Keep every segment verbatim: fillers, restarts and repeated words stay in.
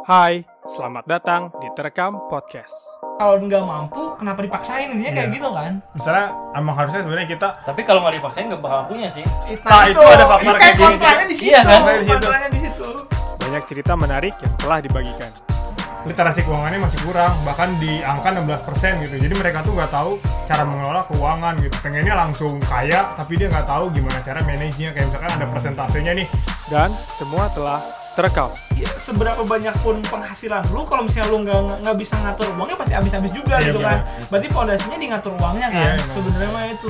Hai, selamat datang di Terekam Podcast. Kalau nggak mampu, kenapa dipaksain? Intinya kayak Iya. gitu kan. Misalnya emang harusnya sebenarnya kita Tapi kalau nggak dipaksain nggak bakal punya sih. Nah, itu ada faktor Ini kayak kayak gini. kontranya di situ. Iya kan? Di situ. Kontranya di situ. Banyak cerita menarik yang telah dibagikan. literasi keuangannya masih kurang, bahkan di angka enam belas persen gitu. Jadi mereka tuh nggak tahu cara mengelola keuangan gitu. Pengennya langsung kaya, tapi dia nggak tahu gimana cara manage-nya. Kayak misalkan ada persentasenya nih. Dan semua telah terekam. Ya, seberapa banyak pun penghasilan lu, kalau misalnya lu nggak nggak bisa ngatur uangnya pasti habis-habis juga Iya, gitu bener. kan. Berarti pondasinya di ngatur uangnya kan. Iya, emang. Sebenarnya mah itu.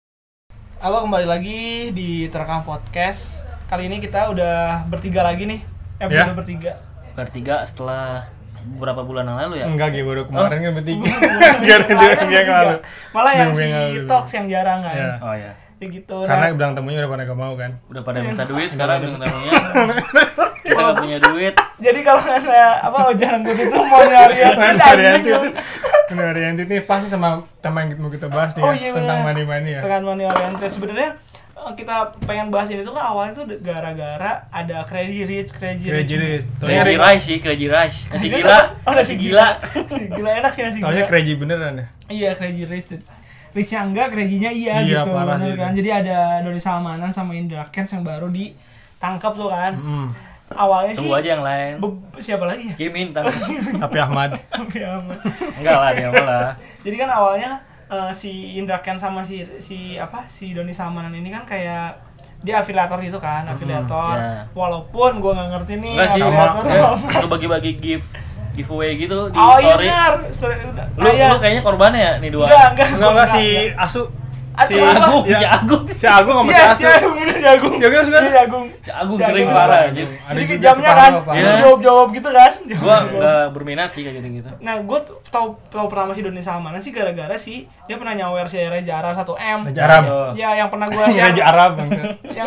Halo, kembali lagi di Terekam Podcast. Kali ini kita udah bertiga lagi nih. Episode Ya. bertiga. Bertiga setelah beberapa bulan yang lalu ya. Enggak gitu, baru kemarin kan bertiga. Kemarin Gak ada dua bertiga. yang lalu. Malah yang Minggu si yang lalu. Tox yang jarang kan. Iya. Oh ya. Kayak gitu. Karena Nah, bilang temunya udah pada gak mau kan. Udah pada minta duit sekarang minta tamunya. Kita nggak punya duit. jadi kalau ada apa ujaran gue itu mau nyari yang Kan tidak oriented. Kan oriented nih pasti sama tema yang mau kita bahas nih Oh, ya, iya, tentang bener. money-money ya. Dengan money oriented. Sebenarnya eh, kita pengen bahas ini tuh kan awalnya tuh gara-gara ada crazy rich, crazy rich. Crazy rich. Crazy Taunya rice sih, crazy rice. Nasi Ini gila. Oh, nasi gila. Nasi gila enak sih nasi Taunya gila. crazy beneran ya. Iya, crazy rich. Richnya enggak, crazy-nya iya, Iya, gitu. parah bener sih kan. itu. Jadi ada Doni Salmanan sama Indra Kents yang baru ditangkap tuh kan. Mm. Awalnya sih Tunggu aja yang lain. be- siapa lagi ya? Kim minta. Tapi Ahmad. Tapi aman. Enggak lah dia malah. Jadi kan awalnya eh, si Indra Kents sama si si apa si Doni Salmanan ini kan kayak dia afiliator gitu kan, afiliator. ya. Walaupun gua nggak ngerti nih Enggak sih. afiliator Sama. apa. Lu bagi-bagi gift giveaway gitu di Oh iya story. benar. Story- udah. Lu Ah, iya. lu kayaknya korbannya ya nih dua. Enggak, enggak. Enggak enggak gua si Asu. Asu Si apa? Agung, ya. si Agung. Si Agung sama si Iya, Asu. si Agung, bener si Agung. Ya, kan, suka. Iya, si Agung. Si Agung Si sering Agung. parah anjir. Ada Jadi juga jamnya si kan, Parno, Parno. Iya. jawab-jawab gitu kan. Gua Jawab-jawab. enggak berminat sih kayak gitu-gitu. Nah, gue tahu tahu pertama si Doni Salmanan sih gara-gara sih dia pernah nyawer si Reza Arab satu M. Raja Arab. Oh. Ya, yang pernah gue Raja share. Arab bangsa. Yang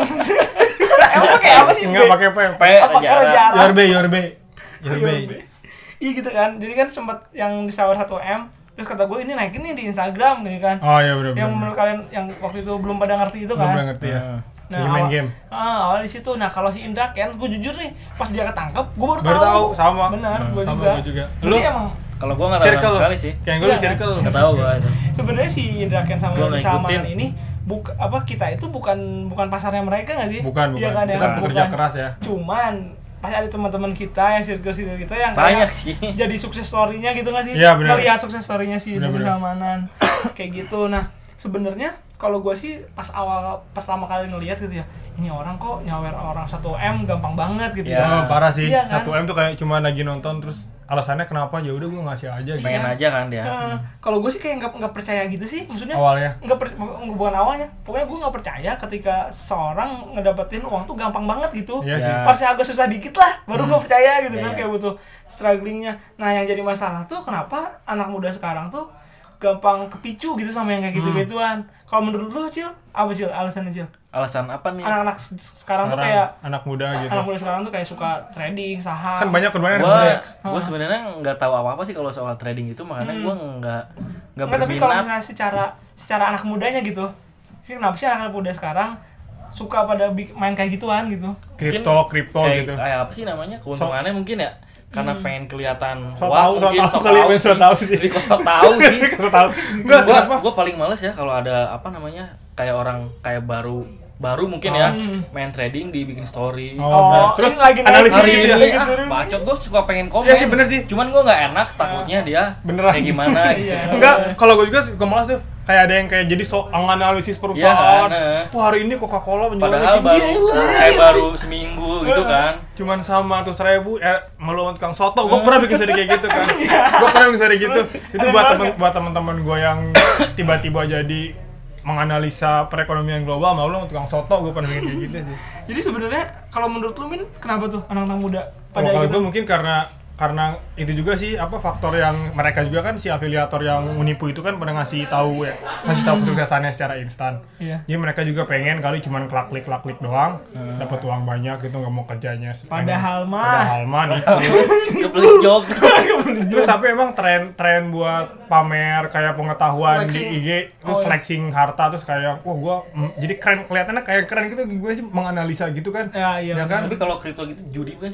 emang pakai apa sih? Enggak pakai P. P Apa Raja Raja Arab. Arab? Yorbe, Yorbe. Yorbe. Iya gitu kan. Jadi kan sempat yang disawer satu M. Terus kata gue ini naikin nih di Instagram gitu kan. Oh iya benar benar. Yang menurut kalian yang waktu itu belum pada ngerti itu Belum kan. pernah ngerti ya. Nah, Lagi main awal, game. Ah, awal di situ. Nah, kalau si Indra Kents, gue jujur nih, pas dia ketangkep, gue baru, Baru tahu, sama. Benar, Hmm, gue sama juga. gua juga. Lu Lu? emang Kalau gua enggak tahu Circle sama lu. sekali sih. Kayak gue Iya, circle. Enggak tahu gua itu. sebenarnya si Indra Kents sama Gua Doni nggak Salmanan ngikutin. ini buk apa kita itu bukan bukan pasarnya mereka nggak sih? Bukan, Iya bukan. kan, ya Kita kan? bekerja Bukan. keras ya. Cuman pasti ada teman-teman kita yang circle-circle kita yang Banyak kayak sih. jadi sukses story-nya gitu nggak sih? Iya, benar. Ngelihat sukses story-nya si Benar, Doni benar. Salmanan kayak gitu. Nah, sebenarnya kalau gue sih pas awal pertama kali ngelihat gitu ya, ini orang kok nyawer orang satu M gampang banget gitu Ya. Oh, parah sih. Iya kan? satu M tuh kayak cuma lagi nonton terus alasannya kenapa? Ya udah gue ngasih aja gitu. Pengen aja kan dia. Nah, kalau gue sih kayak nggak nggak percaya gitu sih, maksudnya Awalnya. nggak per, bukan awalnya, pokoknya gue nggak percaya ketika seorang ngedapetin uang tuh gampang banget gitu. Iya Ya. sih. Pas agak susah dikit lah, baru gue percaya gitu Ya, kan, ya. kayak butuh strugglingnya. Nah, yang jadi masalah tuh kenapa anak muda sekarang tuh gampang kepicu gitu sama yang kayak gitu-gituan. Kalau menurut lu, Cil, apa Cil alasannya, Cil? Alasan apa nih? Anak-anak se- sekarang tuh Orang, kayak anak muda gitu. anak muda sekarang tuh kayak suka trading, saham. Kan banyak korbannya anak Gua muda. gua sebenarnya nggak tahu apa-apa sih kalau soal trading itu, makanya Hmm. gua nggak nggak Enggak, tapi kalau berminat. misalnya secara secara anak mudanya gitu, sih kenapa sih anak muda sekarang suka pada bik- main kayak gituan gitu? Kripto, kripto kayak, gitu. kayak apa sih namanya, keuntungannya mungkin ya karena Hmm. pengen kelihatan So wah, tahu, so mungkin tahu kali, so tahu sih. Jadi kok tahu sih. Kasih tahu. Enggak, gua kenapa? gua paling males ya kalau ada apa namanya kayak orang kayak baru baru mungkin ya Hmm. main trading dibikin story. Oh, Oh, bener. Terus ini lagi naik analisis Hari gitu ini ya. ah, bacot, gue suka pengen komen. Iya sih, bener sih. Cuman gue nggak enak, takutnya dia Beneran. kayak gimana gitu. Iya. Enggak, kalau gue juga suka malas tuh. Kayak ada yang kayak jadi so analisis perusahaan. Iya, nah. Wah, hari ini Coca-Cola penjualannya Padahal tinggi. baru kayak baru seminggu gitu kan. Cuman sama tuh seribu, eh malu tukang soto. Gue pernah bikin seri kayak gitu kan. Gue pernah bikin seri gitu. Itu Ada buat bahas temen, nggak? buat teman-teman gue yang tiba-tiba jadi menganalisa perekonomian global, malu tukang soto. Gue pernah bikin kayak gitu sih. Jadi sebenarnya kalau menurut lu, Min, kenapa tuh anak-anak muda pada Kalau gitu? gue mungkin karena karena itu juga sih apa faktor yang mereka juga kan si afiliator yang menipu itu kan pernah ngasih tahu ya ngasih tahu kesuksesannya secara instan. Iya. Jadi mereka juga pengen kali cuman klak klik klak klik doang dapat uang banyak gitu, nggak mau kerjanya. Padahal mah. Padahal mah nih. Keplik jok. Terus tapi emang tren tren buat pamer kayak pengetahuan Flexing. di I G terus Oh, iya. flexing harta terus kayak wah gua mm, jadi keren kelihatannya kayak keren gitu, gue sih menganalisa gitu kan. Ya, iya. Ya kan? Tapi kalau kripto gitu judi bukan sih?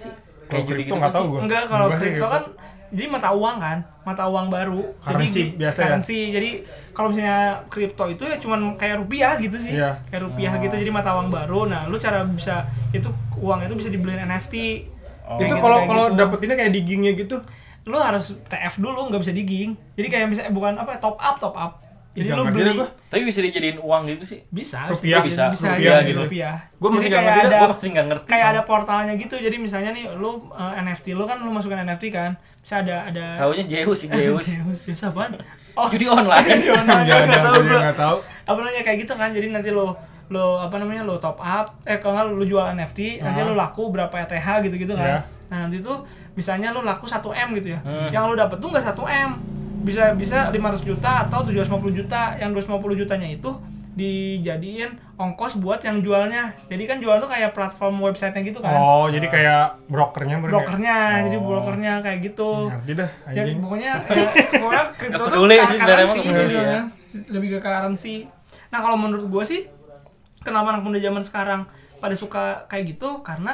Kalau judi kripto gitu nggak kan tahu sih? gue. Enggak, kalau kripto kan jadi mata uang kan, mata uang baru. Currency jadi, biasa ya? currency. Jadi kalau misalnya kripto itu ya cuman kayak rupiah gitu sih. Iya. Kayak rupiah Oh. gitu, jadi mata uang baru. Nah, lu cara bisa itu uang itu bisa dibeliin N F T. Oh. Itu Kayak kalau gitu, kalau kayak gitu. dapetinnya kayak diggingnya gitu. Lu harus T F dulu, nggak bisa digging. Jadi kayak misalnya bukan apa top up, top up. Jadi Ih, lu nggak ngerti dah beli gua. Tapi bisa dijadiin uang gitu sih. bisa Rupiah? bisa bisa, Rupiah jadi gitu. rupiah. Gua masih Jadi nggak kayak ngerti dah, ada- Gua masih nggak ngerti. kayak ada portalnya gitu. Jadi misalnya nih lu uh, N F T lu kan lu masukin N F T kan. Bisa ada ada Taunya Zeus sih Zeus. Zeus, Zeus apaan? Oh, Judi online. judi online, Nggak nggak ada, tahu gue gua. juga nggak tahu. Apa namanya kayak gitu kan. Jadi nanti lu lu apa namanya lu top up eh kalau nggak lu jual N F T, nanti Ah. lu laku berapa E T H gitu-gitu kan. Iya. Nah, nanti tuh misalnya lu laku satu M gitu ya. Hmm. Yang lu dapet tuh nggak satu M. Bisa bisa lima ratus juta atau tujuh ratus lima puluh juta. Yang dua ratus lima puluh jutanya itu dijadiin ongkos buat yang jualnya. Jadi kan jual tuh kayak platform website-nya gitu kan. Oh, jadi kayak brokernya bener ya? Brokernya, jadi Oh. brokernya kayak gitu. Ngerti dah, Ya, anjing. pokoknya ya, pokoknya kripto Nggak tuh peduli sih, ka- sebenarnya currency emang nggak peduli sebenarnya. Lebih ke currency. Nah, kalau menurut gue sih kenapa anak muda zaman sekarang pada suka kayak gitu karena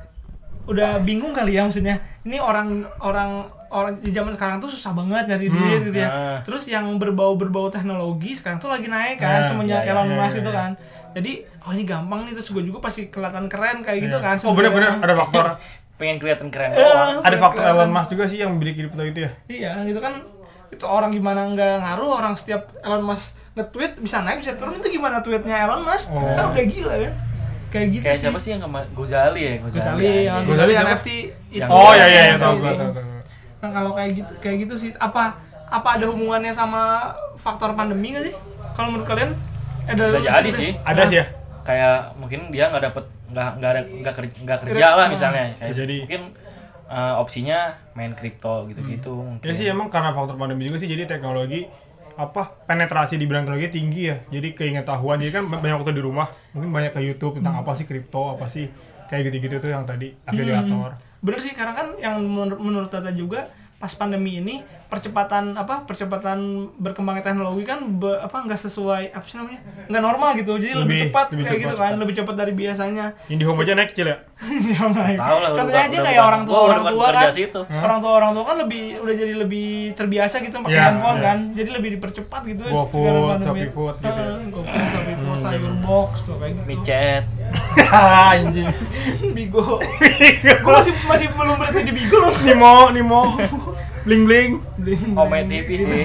udah bingung kali ya maksudnya. Ini orang orang orang di zaman sekarang tuh susah banget nyari Hmm, duit gitu ya. nah. Terus yang berbau-berbau teknologi sekarang tuh lagi naik kan Nah, semenjak iya, iya, Elon iya, Musk iya, itu iya. kan. Jadi, oh ini gampang nih terus gue juga pasti kelihatan keren kayak gitu Iya. kan. Oh, bener-bener sebenarnya. ada faktor Pengen kelihatan keren Eh, doang. ada faktor kelihatan. Elon Musk juga sih yang beli kripto itu ya. Iya, gitu kan itu orang gimana nggak ngaruh, orang setiap Elon Musk nge-tweet bisa naik bisa turun, itu gimana tweetnya Elon Musk? Oh. Kan udah gila kan? Kayak gitu Kayak sih. siapa sih yang kema- Gozali ya? Gozali, yang Gozali Gozali siapa? N F T itu. Yang- Oh iya iya iya Itu. tahu gua tahu tahu. Nah, kalau kayak gitu kayak gitu sih apa apa ada hubungannya sama faktor pandemi nggak sih? Kalau menurut kalian ada Bisa jadi sih. Ada sih ya. Kayak mungkin dia nggak dapet nggak nggak ada nggak kerja, nggak kerja lah misalnya. Kayak Bisa jadi. mungkin eh, opsinya main kripto gitu-gitu mungkin. Ya sih emang karena faktor pandemi juga sih jadi teknologi apa penetrasi di bidang teknologi tinggi ya. Jadi keingintahuan jadi kan banyak waktu di rumah, mungkin banyak ke YouTube tentang apa sih kripto, apa sih kayak gitu-gitu tuh yang tadi afiliator. Bener sih, karena kan yang menur- menurut data juga pas pandemi ini percepatan apa percepatan berkembangnya teknologi kan be, apa nggak sesuai apa sih namanya nggak normal gitu, jadi lebih, Lebih- cepat lebih kayak cepat, gitu kan, lebih cepat dari biasanya. IndiHome aja naik kecil ya. Ya, baik. Tahu lah, contohnya udah- aja udah kayak bukan- orang tua gua udah orang bukan tua pekerja kan situ. orang tua orang tua kan lebih udah jadi lebih terbiasa gitu pakai Iya, handphone iya. kan, jadi lebih dipercepat gitu. GoFood, gara-gara pandemi. ShopeeFood gitu ya. Heeh, GoFood, ShopeeFood, Sayurbox tuh kayak gitu. Micet. Anjing. Bigo. Gue masih masih belum berhenti di Bigo loh. Nimo, Nimo. Bling bling. Ome T V sih.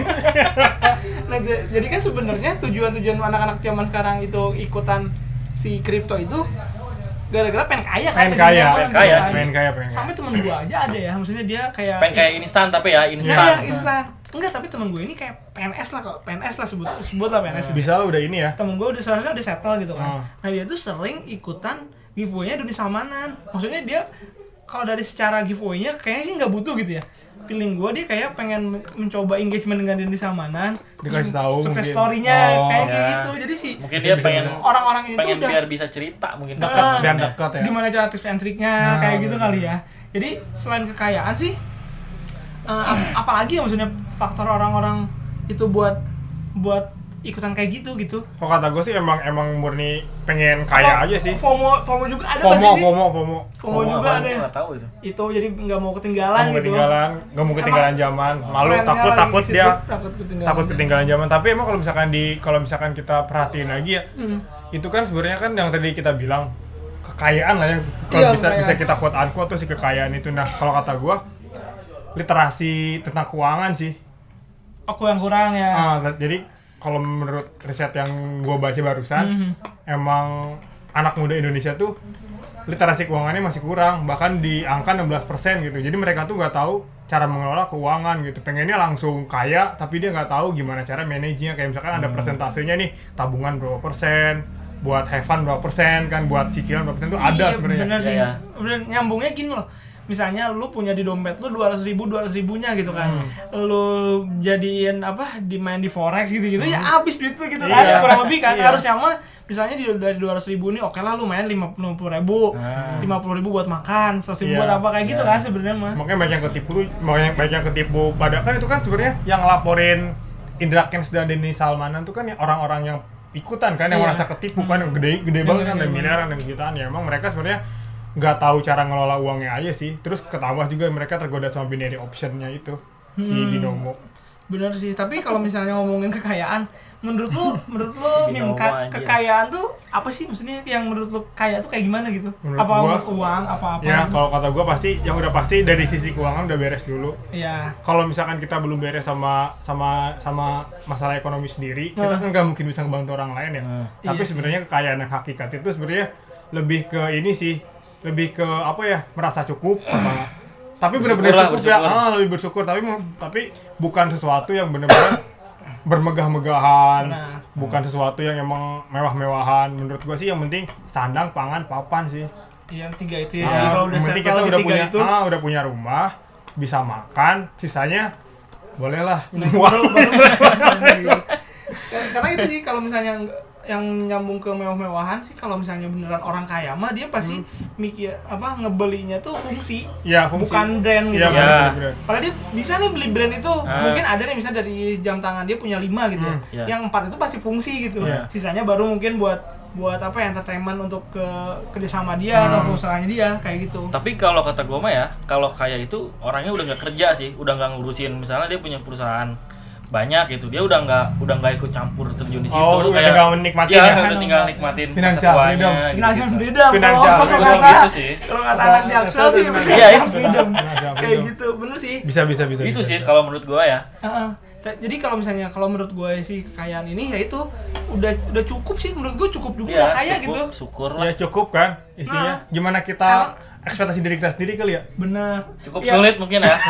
Nah, j- jadi kan sebenarnya tujuan-tujuan anak-anak zaman sekarang itu ikutan si kripto itu gara-gara pengen kaya kan. Pengen tadinya kaya, kan, pengen kaya, kan. pengen kaya, pengen kaya. Sampai temen gua aja ada ya, maksudnya dia kayak Pengen kayak instan tapi ya Iya, instan. iya, instan. Enggak, tapi temen gue ini kayak P N S lah kok, P N S lah sebut sebut lah P N S. Bisa lo udah ini ya. Temen gue udah seharusnya udah settle gitu Oh. kan. Nah, dia tuh sering ikutan giveaway-nya Doni Salmanan. Maksudnya dia kalau dari secara giveaway-nya kayaknya sih nggak butuh gitu ya. Feeling gue dia kayak pengen men- mencoba engagement dengan Doni Salmanan. Dikasih tahu Sukses mungkin. story-nya Oh. kayak Ya. gitu. Jadi sih Mungkin dia Bisa, pengen bisa. orang-orang ini tuh pengen udah biar bisa cerita mungkin. Dekat Ah. dan dekat ya. gimana cara tips and triknya Nah, kayak gitu bener. kali ya. Jadi selain kekayaan sih eh, ap- apalagi ya maksudnya faktor orang-orang itu buat buat ikutan kayak gitu gitu. Kok kata gue sih emang emang murni pengen kaya Apa- aja sih. FOMO FOMO juga ada FOMO, pasti sih. FOMO, FOMO. FOMO juga apaan? ada. Gua nggak tahu itu. Itu jadi nggak mau ketinggalan Kamu gitu. ketinggalan, nggak mau ketinggalan Emang zaman. Malu Trennya takut lagi takut gitu, dia takut ketinggalan. takut ketinggalan zaman. Tapi emang kalau misalkan di kalau misalkan kita perhatiin lagi ya, Hmm. itu kan sebenarnya kan yang tadi kita bilang kekayaan lah ya. Kalau Iya, bisa kekayaan. bisa kita quote unquote tuh si kekayaan itu. Nah kalau kata gue literasi tentang keuangan sih. Aku yang kurang ya. Ah, jadi kalau menurut riset yang gue baca barusan, Mhm. emang anak muda Indonesia tuh literasi keuangannya masih kurang, bahkan di angka enam belas persen gitu. Jadi mereka tuh nggak tahu cara mengelola keuangan gitu. Pengennya langsung kaya, tapi dia nggak tahu gimana cara manage-nya. Kayak misalkan ada persentasenya nih, tabungan berapa persen, buat have fun berapa persen, kan buat cicilan berapa persen tuh ada Iya, sebenarnya. bener sih. Iya. Bener, nyambungnya gini loh. Misalnya lu punya di dompet lu dua ratus ribu, dua ratus ribunya gitu kan. Hmm. Lu jadiin apa, dimain di forex gitu-gitu, ya habis duit lu gitu kan. Iya. Kurang lebih kan. Iya. Harusnya mah misalnya di, dari dua ratus ribu nih, oke lah lu main lima puluh ribu. Ah. lima puluh ribu buat makan, seratus ribu Iya. buat apa, kayak gitu Iya. kan sebenarnya mah. Makanya banyak yang ketipu tuh, makanya banyak yang ketipu pada kan itu kan sebenarnya yang laporin Indra Kents dan Deni Salmanan tuh kan ya orang-orang yang ikutan kan yang Iya. merasa ketipu kan yang gede gede Yang banget kan gede dan banget. miliaran dan jutaan ya emang mereka sebenarnya nggak tahu cara ngelola uangnya aja sih. Terus ketambah juga mereka tergoda sama binary optionnya itu si Hmm. binomo. Bener sih, tapi kalau misalnya ngomongin kekayaan, menurut lu, menurut lu Min, Binomo ka- aja. kekayaan tuh apa sih? Maksudnya yang menurut lu kaya tuh kayak gimana gitu? Menurut apa gua, uang, apa-apa? Ya gitu? kalau kata gue pasti yang udah pasti dari sisi keuangan udah beres dulu. Iya. Kalau misalkan kita belum beres sama sama sama masalah ekonomi sendiri, kita Hmm. kan nggak mungkin bisa ngebantu orang lain ya. Hmm. Tapi Iya. sebenarnya kekayaan yang hakikat itu sebenarnya lebih ke ini sih, lebih ke apa ya, merasa cukup apa. Tapi Bersyukur benar-benar lah, cukup ya, bersyukur. ah, lebih bersyukur. Tapi tapi bukan sesuatu yang benar-benar bermegah-megahan, Nah. bukan sesuatu yang emang mewah-mewahan. Menurut gua sih yang penting sandang, pangan, papan sih. Iya, tiga itu ya. Ah, Jadi kalau udah yang penting settle kita di udah tiga punya, itu, ah, udah punya rumah, bisa makan, sisanya bolehlah. baru- baru- karena itu sih kalau misalnya nggak- yang nyambung ke mewah-mewahan sih, kalau misalnya beneran orang kaya mah dia pasti mikir apa ngebelinya tuh fungsi, Ya, fungsi. bukan brand gitu. Iya, Ya. benar-benar. Padahal dia bisa nih beli brand itu, Ah. mungkin ada nih misalnya dari jam tangan dia punya lima gitu, Hmm, ya. ya. Yang empat itu pasti fungsi gitu. Iya. Sisanya baru mungkin buat buat apa ya, entertainment untuk ke kerjasama dia atau Hmm. ke usahanya dia kayak gitu. Tapi kalau kata gue mah ya, kalau kaya itu orangnya udah nggak kerja sih, udah nggak ngurusin. Misalnya dia punya perusahaan banyak gitu, dia udah nggak udah nggak ikut campur terjun di situ. Oh, udah kayak tinggal menikmatin ya, ya? udah tinggal nikmatin masa Financial tuanya, freedom. gitu-gitu. Financial freedom. Financial kalau freedom kata gitu sih. kalau kata anak di Axel sih Iya, financial itu. freedom. Financial Kayak freedom. gitu, bener sih. Bisa, bisa, bisa. Itu bisa. sih kalau menurut gue ya. Heeh. Ta- Jadi kalau misalnya kalau menurut gue sih kekayaan ini ya itu udah udah cukup sih, menurut gue cukup juga Ya, udah kaya cukup, gitu. syukur Ya lah. cukup kan, istilahnya. Nah. Gimana kita ekspektasi diri kita sendiri kali ya? Bener. Cukup Ya, sulit mungkin ya.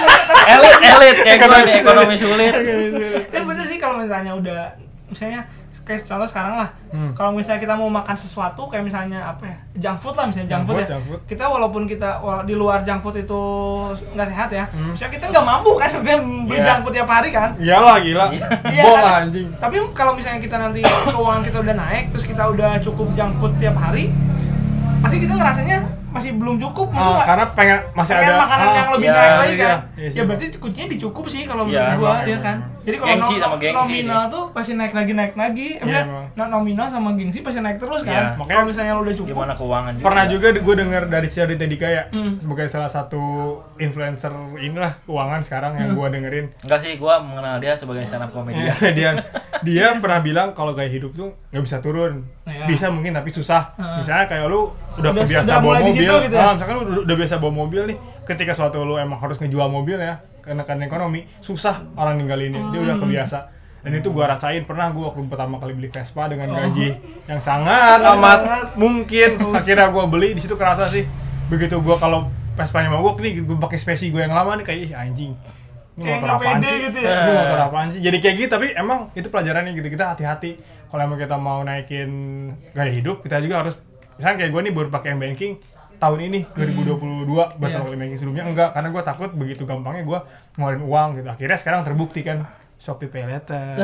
elit, elit kayak gue nih, ekonomi sulit. Ya bener sih kalau misalnya udah misalnya kayak contoh sekarang lah, Hmm. kalau misalnya kita mau makan sesuatu kayak misalnya apa ya, junk food lah misalnya junk Junk food, food, ya, junk food. kita walaupun kita wala- di luar junk food itu nggak sehat ya, Hmm. misalnya kita nggak mampu kan sebenarnya beli Iya. junk food tiap hari kan. Iyalah, gila. Iya, Bol kan? lah anjing. Tapi kalau misalnya kita nanti keuangan kita udah naik, terus kita udah cukup junk food tiap hari, pasti kita ngerasanya masih belum cukup, maksud Ah, nggak? karena pengen masih pengen ada makanan ah, yang lebih iya, naik lagi iya, kan. iya sih. Ya berarti kuncinya dicukup sih kalau Iya, menurut gua, emang, ya emang. kan. Jadi kalau Gengsi no- sama gengsi nominal tuh pasti naik lagi naik lagi. Eh, Iya, maksudnya, emang. no- nominal sama gengsi pasti naik terus kan. Iya. Makanya Kalau misalnya lu udah cukup. Gimana keuangan juga. Pernah juga gue denger dari si Raditya Dika ya, Hmm. sebagai salah satu influencer inilah keuangan sekarang yang Hmm. gue dengerin. Enggak sih, gue mengenal dia sebagai stand up comedian. dia dia pernah bilang kalau gaya hidup tuh nggak bisa turun, Nah, ya. bisa mungkin tapi susah. Heeh. Misalnya kayak lu udah, Udah- kebiasa udah bawa mulai di mobil, situ gitu ya? ah, misalkan lu udah, udah biasa bawa mobil nih, ketika suatu lu emang harus ngejual mobil ya, karena kan ekonomi susah orang ninggalinnya, dia Hmm. udah kebiasa. Dan itu gua rasain, pernah gua waktu pertama kali beli Vespa dengan Oh. gaji yang sangat Sangat. amat mungkin, akhirnya gua beli, di situ kerasa sih. Begitu gua kalau Vespanya mau gua nih, gua pakai spesi gua yang lama nih kayak ih anjing. Ini Kayak motor nggak apaan pede sih? gitu ya? Ini motor apaan sih? Jadi kayak gitu, tapi emang itu pelajarannya gitu. Kita hati-hati kalau emang kita mau naikin gaya hidup, kita juga harus, misalnya kayak gue nih baru pakai M-Banking tahun ini dua ribu dua puluh dua, baru Iya. pakai M-Banking sebelumnya enggak, karena gue takut begitu gampangnya gue ngeluarin uang gitu. Akhirnya sekarang terbukti kan, Shopee Pay Later,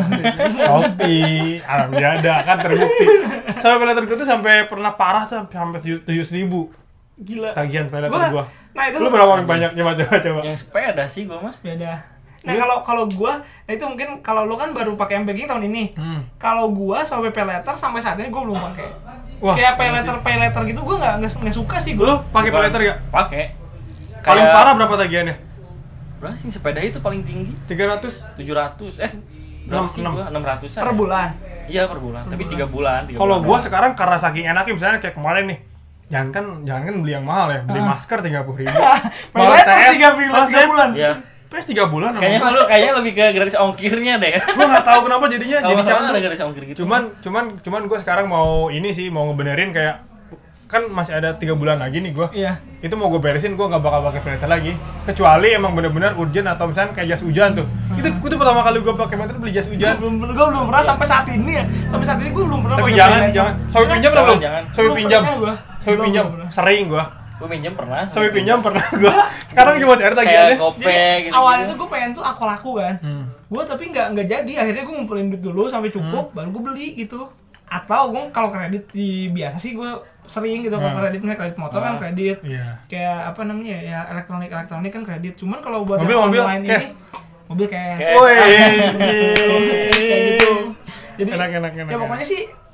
Shopee, alhamdulillah kan terbukti. Sampai Pay Later gue tuh sampai pernah parah sampai sampai tujuh ribu Gila. tagihan Pay Later Gua- gue. Nah itu Lu berapa orang banyak coba coba coba? Yang sepeda sih gue mah. beda. Nah kalau kalau gua, nah itu mungkin kalau lu kan baru pakai M-Banking tahun ini. Hmm. Kalau gua sampai Pay Later sampai saat ini gua belum pakai. Wah, Kayak Pay enak Later Pay Later gitu gua nggak nggak nggak suka sih Lu gua. pakai Pay Later gak? Pakai. Paling Kayak- parah berapa tagihannya? Berapa sih sepeda itu paling tinggi? tiga ratus. tujuh ratus. Eh, berapa Enam- sih enam. gua? enam ratusan. Per bulan. Iya, per bulan. Tapi tiga bulan, tiga Kalau bulan. gua sekarang karena saking enaknya, misalnya kayak kemarin nih, jangan kan jangan kan beli yang mahal ya, beli Ah. masker tiga puluh ribu. Pay Later tiga bulan, tiga bulan. Iya. P S tiga bulan sama Kayaknya gua. lu kayaknya lebih ke gratis ongkirnya deh. Gua nggak tahu kenapa jadinya Kalau jadi nggak salah candu. ada gratis ongkir gitu. Cuman cuman cuman gua sekarang mau ini sih, mau ngebenerin kayak kan masih ada tiga bulan lagi nih gua. Iya. Itu mau gue beresin, gue nggak bakal pakai Pay Later lagi, kecuali emang bener-bener urgent atau misalnya kayak jas hujan tuh. Itu gue tuh pertama kali gue pakai Pay Later beli jas Gua hujan. belum gua belum pernah sampai saat ini ya. Sampai saat ini gua belum pernah Tapi pakai jangan Pay sih, Later. jangan. Sampai Karena- pinjam pernah belum? Jangan. Sampai Belum pinjam. pernah gua. Sampai Belum, pinjam. belum pernah. Sering gua. Gue minjem pernah. Sampai pinjam pernah gua. Sekarang cuma cair tagihannya. Kayak gope Jadi gitu. awalnya tuh gue pengen tuh aku laku kan. Hmm. Gue tapi nggak nggak jadi. Akhirnya gue ngumpulin duit dulu sampai cukup, baru gue beli gitu. Atau gue kalau kredit di biasa sih gue sering gitu kalau Hmm. kredit, misalnya kredit motor kan Ah. kredit. Iya. Kayak apa namanya ya elektronik elektronik kan kredit. Cuman kalau buat Mobil, yang mobil, online cash. ini mobil cash. Cash. Woi. Kayak gitu. Jadi Enak, enak, enak, ya pokoknya enak. sih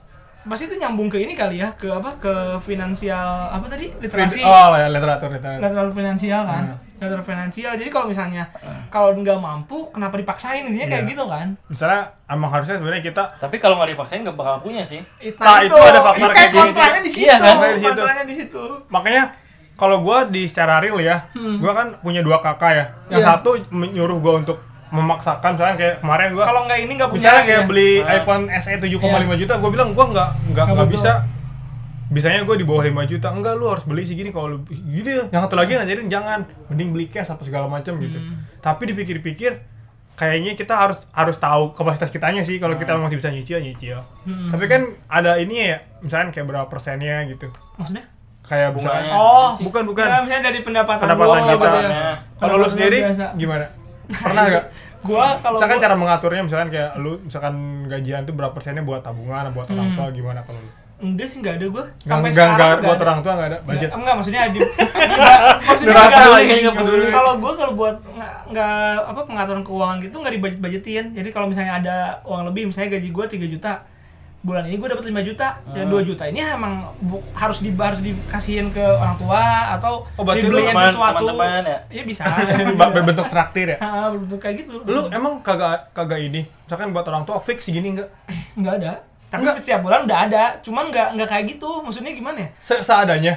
pasti itu nyambung ke ini kali ya, ke apa, ke finansial apa tadi, literasi. Oh ya, literatur literatur. Literatur finansial kan, hmm. literatur finansial. Jadi kalau misalnya kalau nggak mampu, kenapa dipaksain, intinya kayak Iya. gitu kan? Misalnya emang harusnya sebenarnya kita Tapi kalau nggak dipaksain nggak bakal punya sih. Nah, itu ada faktor kayak kayak gini, kontranya di situ. Iya kan? Kontranya di situ. Kontranya di situ. makanya kalau gue di secara real ya, Hmm. gue kan punya dua kakak ya. Yang Iya. satu menyuruh gue untuk memaksakan, misalnya kayak kemarin gue Kalau nggak ini nggak punya. misalnya kayak ya. beli Nah. iPhone S E tujuh koma lima juta, gue bilang gue nggak nggak Nggak nggak butuh. bisa. Bisanya gue di bawah lima juta, enggak lu harus beli segini kalau lu gitu ya. Yang satu lagi ngajarin jangan, mending beli cash apa segala macam gitu. Hmm. Tapi dipikir-pikir kayaknya kita harus harus tahu kapasitas kitanya sih, kalau kita masih bisa nyicil nyicil. Hmm. Tapi kan ada ini ya, misalnya kayak berapa persennya gitu. Maksudnya? Kayak Bunganya. misalnya Oh, bukan bukan. Ya, misalnya dari pendapatan, Pendapatan gua kita. gitu ya. Pendapatan. Kalau lu Pendapatan sendiri biasa. gimana? Pernah nggak? Gua kalau Misalkan gua- cara mengaturnya, misalkan kayak lu misalkan gajian tuh berapa persennya buat tabungan, buat orang tua, gimana kalau lu? enggak sih, enggak ada gua. Nggak Sampai nggak sekarang nggak nggak buat ada. orang tua nggak ada budget. Enggak, enggak, maksudnya di enggak, maksudnya Neraka enggak lagi, enggak nggak peduli. Kalau gua kalau buat enggak, enggak apa pengaturan keuangan gitu enggak dibudget-budgetin. Jadi kalau misalnya ada uang lebih, misalnya gaji gua tiga juta. Bulan ini gua dapat lima juta. Jadi Hmm. dua juta ini emang bu, harus di harus dikasihin ke orang tua atau Oh, berarti lu dibeliin teman- sesuatu. teman-teman ya? Iya bisa. Ba- berbentuk traktir ya. Ah, berbentuk kayak gitu. Lu emang kagak kagak ini, misalkan buat orang tua fix segini enggak? enggak ada. Tapi Enggak. setiap bulan udah ada. Cuman enggak enggak kayak gitu. Maksudnya gimana ya? Se seadanya.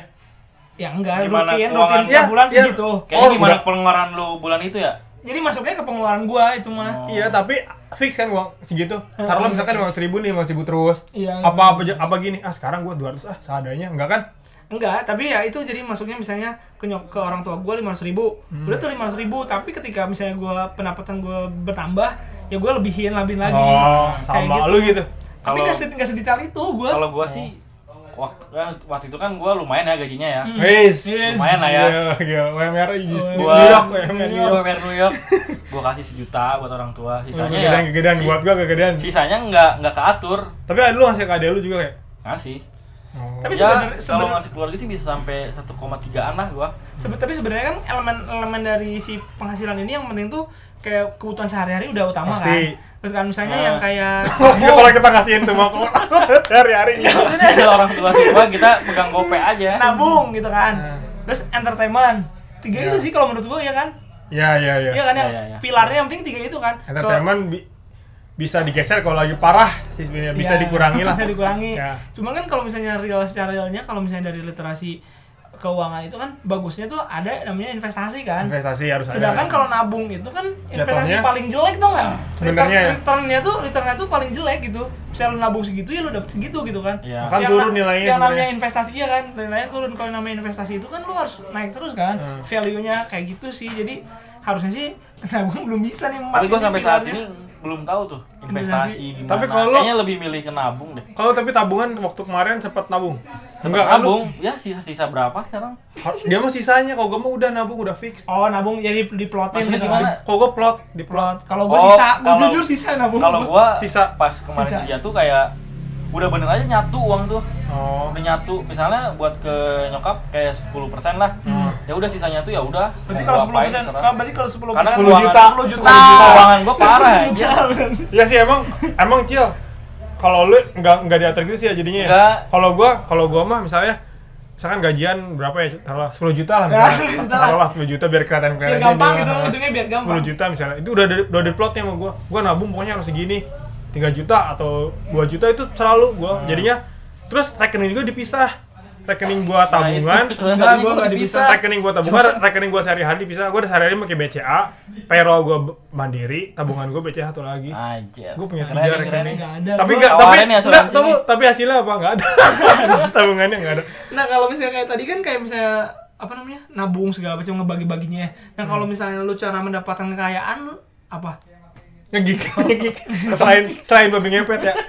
Ya enggak, Gimana rutin, keuangan? rutin setiap Ya, bulan ya. segitu. Kayaknya Oh, gimana udah. pengeluaran lu bulan itu ya? Jadi masuknya ke pengeluaran gua itu mah. Oh. Iya, tapi fix kan uang segitu. Taruhlah misalkan uang seribu nih, uang seribu terus. Iya. Apa apa apa gini? Ah, sekarang gua dua ratus ah seadanya. Enggak kan? Enggak, tapi ya itu jadi masuknya misalnya ke nyok ke orang tua gua lima ratus ribu. Hmm. Udah tuh lima ratus ribu, tapi ketika misalnya gua pendapatan gua bertambah, ya gua lebihin, lebihin lagi. Oh, Kayak sama gitu. lu gitu. Tapi Kalau- nggak se- nggak sedetail itu gua. Kalau gua sih waktu, waktu itu kan gua lumayan ya gajinya ya. Hmm. Wis. Yes. Lumayan lah ya. Gila, gila. W M R just Oh, New Gua York, W M R New gua York. W M R New York. Gua kasih sejuta buat orang tua. Sisanya ya. Kegedean, kegedean si- buat gua kegedean. Sisanya nggak nggak keatur. Tapi ada lu ngasih ke adek lu juga kayak. Ngasih. Oh. Tapi Ya, sebenarnya kalau sebenarnya ngasih keluarga sih bisa sampai satu koma tigaan lah gua. sebe- tapi sebenarnya kan elemen-elemen dari si penghasilan ini yang penting tuh kayak kebutuhan sehari-hari udah utama Pasti. kan. Terus kan misalnya Nah. yang kayak Kalau kita kasihin semua ke sehari-hari. Kalau orang tua semua kita pegang gope aja. nabung gitu kan. Nah. Terus entertainment. Tiga Ya. itu sih kalau menurut gua ya kan. Iya, iya, iya. Iya kan yang Ya, ya, ya. pilarnya yang penting tiga itu kan. Entertainment bi- bisa digeser kalau lagi parah sih sebenarnya, bisa Iya, dikurangi lah. Bisa dikurangi. Ya. Cuman kan kalau misalnya real secara realnya kalau misalnya dari literasi keuangan itu kan bagusnya tuh ada namanya investasi kan. Investasi harus ada. Sedangkan kalau nabung itu kan investasi Jatuhnya- paling jelek tuh kan. Sebenarnya ya. Returnnya tuh returnnya tuh paling jelek gitu. Misalnya lu nabung segitu ya lu dapet segitu gitu kan. Iya. Akan Yang turun na- nilainya Yang namanya sebenarnya. investasi iya kan. Nilainya turun, kalau namanya investasi itu kan lu harus naik terus kan. Hmm. Value-nya kayak gitu sih. Jadi harusnya sih nabung belum bisa nih. Tapi gua ini sampai saat pilarnya. ini belum tahu tuh Investasi. investasi gimana. Tapi kalau lu- kayaknya lebih milih ke nabung deh. Kalau tapi tabungan waktu kemarin sempat nabung. Enggak kan lu- nabung, ya sisa-sisa berapa sekarang? Dia mah sisanya, kalau gua mah udah nabung, udah fix. Oh, nabung jadi diplotin Maksudnya gitu. gimana? Kalau gua plot, di plot. Plot. Kalau gua Oh, sisa, gua kalau- jujur sisa nabung. Kalau gua. gua Sisa. pas kemarin Sisa. kerja tuh kayak udah bener aja nyatu uang tuh. Oh. Udah nyatu, misalnya buat ke nyokap kayak sepuluh persen lah. Hmm. Ya udah sisanya tuh ya udah. Berarti mau kalau gua sepuluh apain, persen, terserah. kalau berarti kalau sepuluh Karena persen sepuluh juta. sepuluh juta. sepuluh juta keuangan gua parah sepuluh aja. juta, bener. Ya sih emang emang Cil. Kalau lu nggak nggak diatur gitu sih ya jadinya. ya. Enggak. Kalau gua kalau gua mah misalnya misalkan gajian berapa ya? Taruhlah sepuluh juta lah Ya, misalnya. sepuluh juta lah. Taruhlah sepuluh juta biar kelihatan Biar kelihatan. gampang gitu, hitungnya biar gampang. sepuluh juta misalnya. Itu udah ada udah ada plotnya sama gua. Gua nabung pokoknya harus segini. tiga juta atau dua juta itu selalu gua. Jadinya terus rekening juga dipisah. Rekening gua tabungan, Nah, itu kebetulan Enggak, tadi gua gua nggak bisa. rekening gua tabungan, rekening gua sehari-hari bisa. Gua sehari-hari pakai B C A, payroll gua b- mandiri, tabungan gua B C A satu lagi. Aja. Gua punya Keren tiga nih, keren rekening. nih. Nggak ada. Tapi Gua- enggak, tapi tawarin ya enggak, asuransi tahu, nih. tapi hasilnya apa? Enggak ada. Tabungannya enggak ada. Nah, kalau misalnya kayak tadi kan kayak misalnya apa namanya? Nabung segala macam ngebagi-baginya. Nah, kalau Hmm. misalnya lu cara mendapatkan kekayaan lu apa? Ngegik, ngegik. Selain selain babi ngepet ya.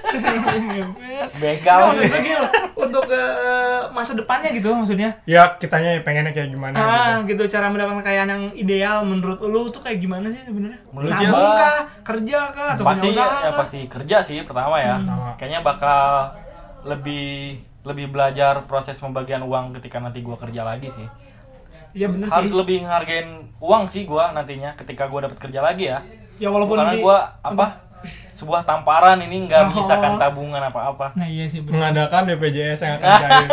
Begal Nggak, maksud sih. gue gini loh, untuk ke masa depannya gitu maksudnya. Ya kitanya pengennya kayak gimana Ah, gitu. gitu cara mendapatkan kekayaan yang ideal menurut lu tuh kayak gimana sih sebenarnya? Menurut Nabung Cil? kah, kerja kah, atau Pasti punya usaha ya kah? pasti kerja sih pertama ya. Hmm. Kayaknya bakal lebih lebih belajar proses pembagian uang ketika nanti gua kerja lagi sih. Iya bener Harus sih. lebih ngehargain uang sih gua nantinya ketika gua dapat kerja lagi ya. Ya walaupun Karena nanti gua apa sebuah tamparan ini nggak Oh. menyisakan tabungan apa-apa. Nah iya sih benar. Mengadakan B P J S yang akan cair.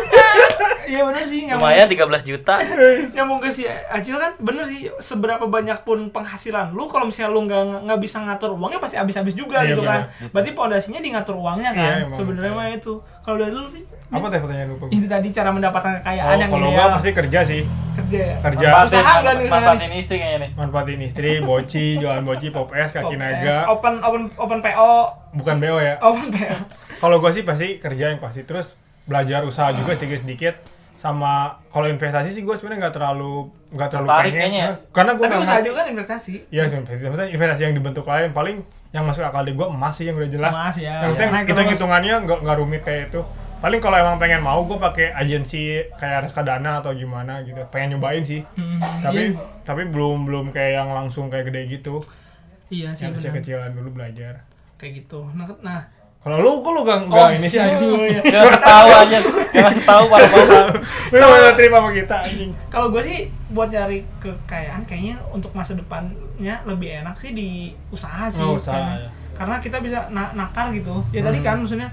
Iya benar sih nyambung. Lumayan tiga belas juta. Nyambung ke si Acil kan bener sih, seberapa banyak pun penghasilan lu kalau misalnya lu nggak nggak bisa ngatur uangnya pasti habis-habis juga Iya, gitu benar. kan. Berarti pondasinya di ngatur uangnya kan. Iya, emang. Sebenarnya mah itu. Kalau dari lu Apa teh pertanyaan lupa? ini tadi cara mendapatkan kekayaan Oh, yang kalau ideal. gua pasti kerja sih. Kerja ya. Kerja. Usaha Manfaatin, nggak nih, usaha manfaatin istri kayaknya nih. Manfaatin istri, boci, jualan boci, pop es, kaki Pop naga. S, Open open open P O, Bukan B O ya. open P O. Kalau gua sih pasti kerja yang pasti, terus belajar usaha juga sedikit-sedikit. Sama kalau investasi sih gue sebenarnya nggak terlalu nggak terlalu Tertarik pengen kayaknya ya? karena gue Tapi nggak usaha ngerti. juga kan investasi. Iya investasi, maksudnya investasi yang dibentuk lain paling yang masuk akal di gue emas sih yang udah jelas. Emas ya. Yang penting Naik terus. hitung-hitungannya nggak nggak rumit kayak itu. Paling kalau emang pengen mau gue pakai agensi kayak reksadana atau gimana gitu. Pengen nyobain sih. Hmm, Tapi iya. tapi belum belum kayak yang langsung kayak gede gitu. Iya sih Yang benar. kecil-kecilan dulu belajar. Kayak gitu. Nah, nah Kalau lu kok lu gak, Oh, gak ini sih siap. anjing. Jangan ketawa aja, jangan kasih tahu para-para. Lu mau terima sama kita anjing. kalau gue sih buat nyari kekayaan kayaknya untuk masa depannya lebih enak sih di usaha sih. Oh, usaha, karena, ya. karena kita bisa na- nakar gitu. Ya tadi Hmm. kan maksudnya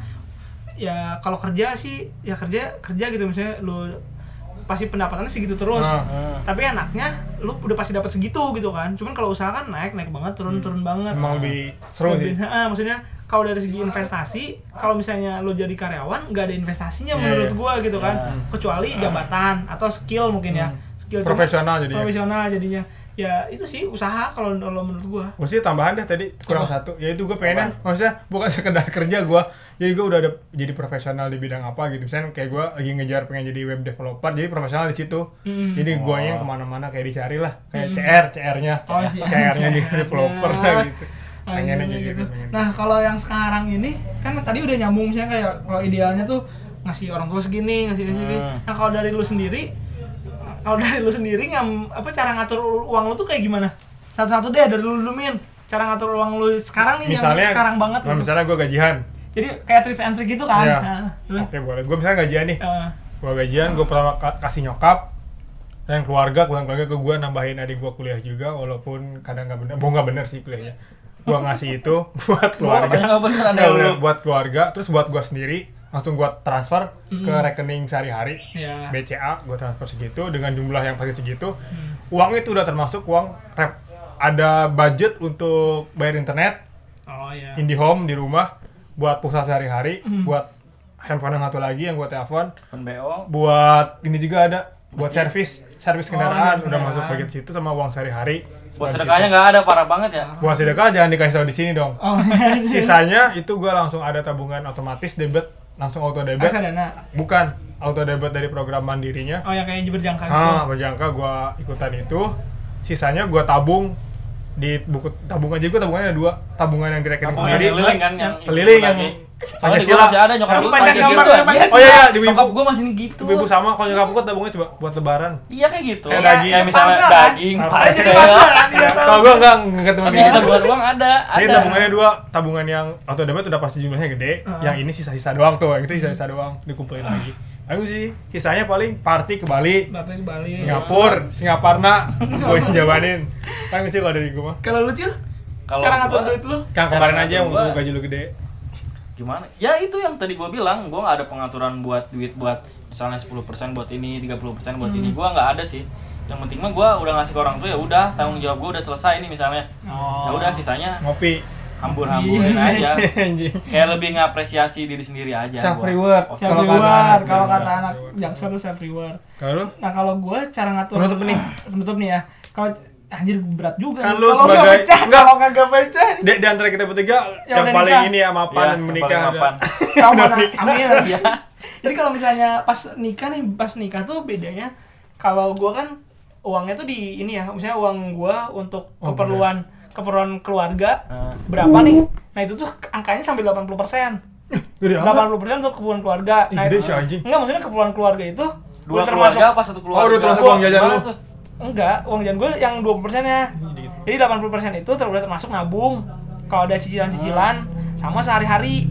ya kalau kerja sih ya kerja kerja gitu misalnya lu pasti pendapatannya segitu terus. Ah. Hmm. Tapi enaknya lu udah pasti dapat segitu gitu kan. Cuman kalau usaha kan naik naik banget, turun turun banget. Emang lebih seru sih. Lebih- ah, maksudnya kalau dari segi investasi, kalau misalnya lo jadi karyawan, nggak ada investasinya Iya, menurut iya. gua gitu kan, Iya. kecuali jabatan atau skill mungkin ya, Hmm. skill Profesional cuma- jadinya. Profesional jadinya, ya itu sih usaha kalau kalau menurut gua. Maksudnya tambahan deh tadi kurang Apa? satu, yaitu gue pengennya, maksudnya bukan sekedar kerja gue, jadi gue udah ada jadi profesional di bidang apa gitu. Misalnya kayak gue lagi ngejar pengen jadi web developer, jadi profesional di situ. Hmm. Jadi gue yang Oh. kemana-mana kayak dicari lah, kayak Hmm. C R, C R-nya, Oh, siap. C R-nya di C R-nya. developer lah gitu. Pengennya Anjir, kayak gitu. gitu. pengen. Nah kalau yang sekarang ini kan tadi udah nyambung misalnya kayak kalau idealnya tuh ngasih orang tua segini, ngasih ngasih segini. Hmm. Nah kalau dari lu sendiri, kalau dari lu sendiri ngam apa cara ngatur uang lu tuh kayak gimana? Satu-satu deh dari lu dulu Min. Cara ngatur uang lu sekarang nih Misalnya, yang sekarang banget. nah, gitu. misalnya gue gajian, Jadi kayak trip and trick gitu kan. Iya. Nah, terus oke boleh. Gue misalnya gajian nih, eh, gue gajian, gue pertama ka- kasih nyokap, dan keluarga, keluarga ke gue nambahin adik gue kuliah juga, walaupun kadang nggak bener, bohong nggak bener sih kuliahnya. Gue ngasih itu buat keluarga. Pokoknya nggak bener ada Nggak bener, lu. buat keluarga, terus buat gue sendiri langsung gue transfer ke Mm. rekening sehari-hari ya. B C A, gue transfer segitu dengan jumlah yang pasti segitu. Hmm. Uang itu udah termasuk uang rep. Ada budget untuk bayar internet, Oh iya. IndiHome di rumah, buat pulsa sehari-hari, Mm. buat handphone yang satu lagi yang gue telepon, Pen B O. buat ini juga ada, buat servis, servis Oh, kendaraan iya, udah kendaraan. masuk bagian situ sama uang sehari-hari. Buat Habis sedekahnya itu- nggak ada, parah banget ya. Buat sedekah jangan dikasih tahu di sini dong. Oh, Sisanya itu gue langsung ada tabungan otomatis debit, langsung auto debit. reksadana. Bukan auto debit dari program mandirinya. Oh yang kayak berjangka gitu. Ah, berjangka gue ikutan itu. Sisanya gue tabung di buku tabungan aja, gue tabungannya ada dua, tabungan yang di rekening Oh, sendiri, yang keliling kan yang keliling yang Soalnya di gua Pancasila. masih ada nyokap Yang gua panjang pakai gitu gambar, yang aja. panjang Oh iya, iya, di Nyokap Wibu. gua masih gitu. Ibu sama kalau nyokap gue tabungnya coba buat lebaran. Iya kayak gitu. Kayak daging. Kayak misalnya Parsel, kan? daging, Apa? Jadi parsel. parsel kan dia tahu. Kalau gue enggak enggak ketemu Tapi gitu. kita buat uang ada, Ini ada. tabungannya dua, tabungan yang auto debit udah pasti jumlahnya gede, Ah. yang ini sisa-sisa doang tuh, yang itu sisa-sisa doang, dikumpulin lagi. Aku sih, sisanya paling party ke Bali, Bapak ke Bali. Singapura, Singaparna, gue jabanin. Kan sih kalau dari gue mah. Kalau lu Cil, Kalau cara ngatur gua- duit lu? Yang kemarin Cara aja yang gua- mau gaji lu gede. Gimana? Ya itu yang tadi gua bilang, gua nggak ada pengaturan buat duit buat misalnya sepuluh persen buat ini, tiga puluh persen buat Hmm. ini. Gua nggak ada sih. Yang penting mah gua udah ngasih ke orang tua ya udah, tanggung jawab gua udah selesai nih misalnya. Oh. Ya udah sisanya Ngopi. hambur-hamburin aja. Anjing. Kayak lebih ngapresiasi diri sendiri aja. Self gua. reward. Oh, Self Kalau kata reward, anak- kalau kata self anak reward. jaksa tuh self reward. Kalau lu? Nah kalau gue cara ngatur Penutup nih. penutup nih ya. Kalau anjir berat juga. Kan nih. lu Kalau nggak sebagai- pecah, enggak. kalau kagak pecah. nih. Di, di antara kita bertiga Yang yang, udah paling nikah. ini ya mapan Iya, dan yang menikah. paling ada. mapan. Kamu mana? Amin. Ya. Jadi kalau misalnya pas nikah nih, pas nikah tuh bedanya kalau gue kan uangnya tuh di ini ya, misalnya uang gue untuk Oh, keperluan keperluan keluarga Nah, berapa nih? Nah itu tuh angkanya sampai delapan puluh persen. Gede delapan amat. puluh persen untuk keperluan keluarga. Ih, Nah, gede itu- sih anjing. enggak maksudnya keperluan keluarga itu dua udah termasuk keluarga apa satu keluarga? Oh, udah termasuk uang jajan Gimana lu? tuh? enggak, uang jajan gue yang dua puluh persen ya. Jadi delapan puluh persen itu ter- udah termasuk nabung. Kalau ada cicilan-cicilan sama sehari-hari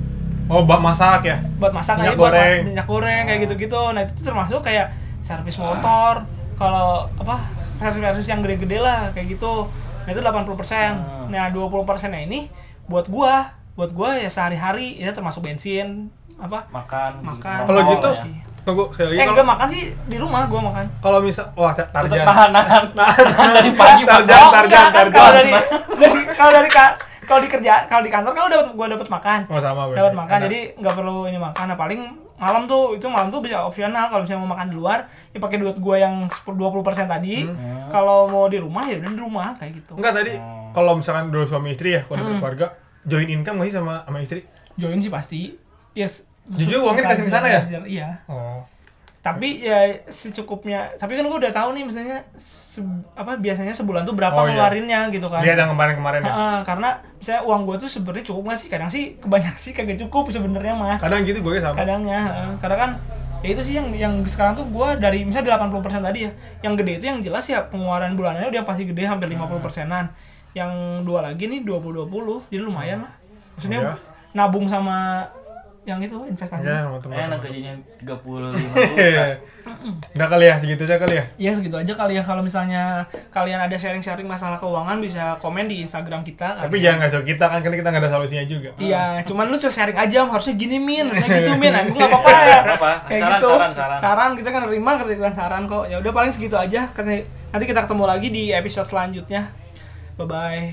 Oh, bak masak ya? buat masak Minyak aja, buat goreng. ma- minyak goreng kayak gitu-gitu. Nah, itu tuh termasuk kayak servis motor. Kalau apa? Servis-servis yang gede-gede lah kayak gitu. Nah, itu delapan puluh persen. Hmm. Nah, dua puluh persen-nya ini buat gua, buat gua ya sehari-hari ya termasuk bensin apa makan makan. Kalau rokok gitu, ya. tunggu sekali lagi. Eh kalau- enggak makan sih di rumah gua makan. Kalau misal, wah Tetep Tarjan. nahan nahan nahan dari pagi Tarjan, pagi. Oh, Tarjan, enggak, kan Tarjan. kalau dari dari kalau dari ka- kalau di kerja kalau di kantor kan udah dapat gua dapat makan. Oh sama berarti. Dapat makan Enak. jadi nggak perlu ini makan. Nah, paling malam tuh itu malam tuh bisa opsional kalau misalnya mau makan di luar ya pakai duit gua yang sepuluh dua puluh persen tadi. Hmm. Kalau mau di rumah ya udah di rumah kayak gitu. Enggak tadi, Oh. kalau misalkan dulu suami istri ya, kalau Hmm. berkeluarga, join income nggak sih sama sama istri? Join sih pasti. Yes. Jujur uangnya dikasih ke sana ya? Iya. Oh. Tapi ya secukupnya. Tapi kan gua udah tahu nih misalnya se- apa biasanya sebulan tuh berapa Oh, iya. ngeluarinnya gitu kan. Lihat yang kemarin-kemarin ya. Ha-ha, karena misalnya uang gua tuh sebenarnya cukup nggak sih? Kadang sih kebanyakan sih kagak cukup sebenarnya mah. Kadang gitu gue sama. Kadangnya, ha. Karena kan ya itu sih yang yang sekarang tuh gua dari misalnya delapan puluh persen tadi ya. Yang gede itu yang jelas ya pengeluaran bulanannya udah pasti gede hampir lima puluh persenan. Yang dua lagi nih dua puluh dua puluh. Jadi lumayan lah. Maksudnya Iya. nabung sama yang itu investasi. Ya, sama enak teman-teman. gajinya tiga puluh lima juta. Udah kali ya, segitu aja kali ya. Ya segitu aja kali ya. Kalau misalnya kalian ada sharing-sharing masalah keuangan bisa komen di Instagram kita. Tapi jangan ngacau kita kan, karena kita nggak ada solusinya juga. Iya, cuman lu cuma sharing aja, harusnya gini min, harusnya gitu min, aku nggak apa-apa ya. Apa? Kayak Saran, gitu. saran, saran. Saran kita kan nerima kritikan saran kok. Ya udah paling segitu aja. Nanti kita ketemu lagi di episode selanjutnya. Bye bye.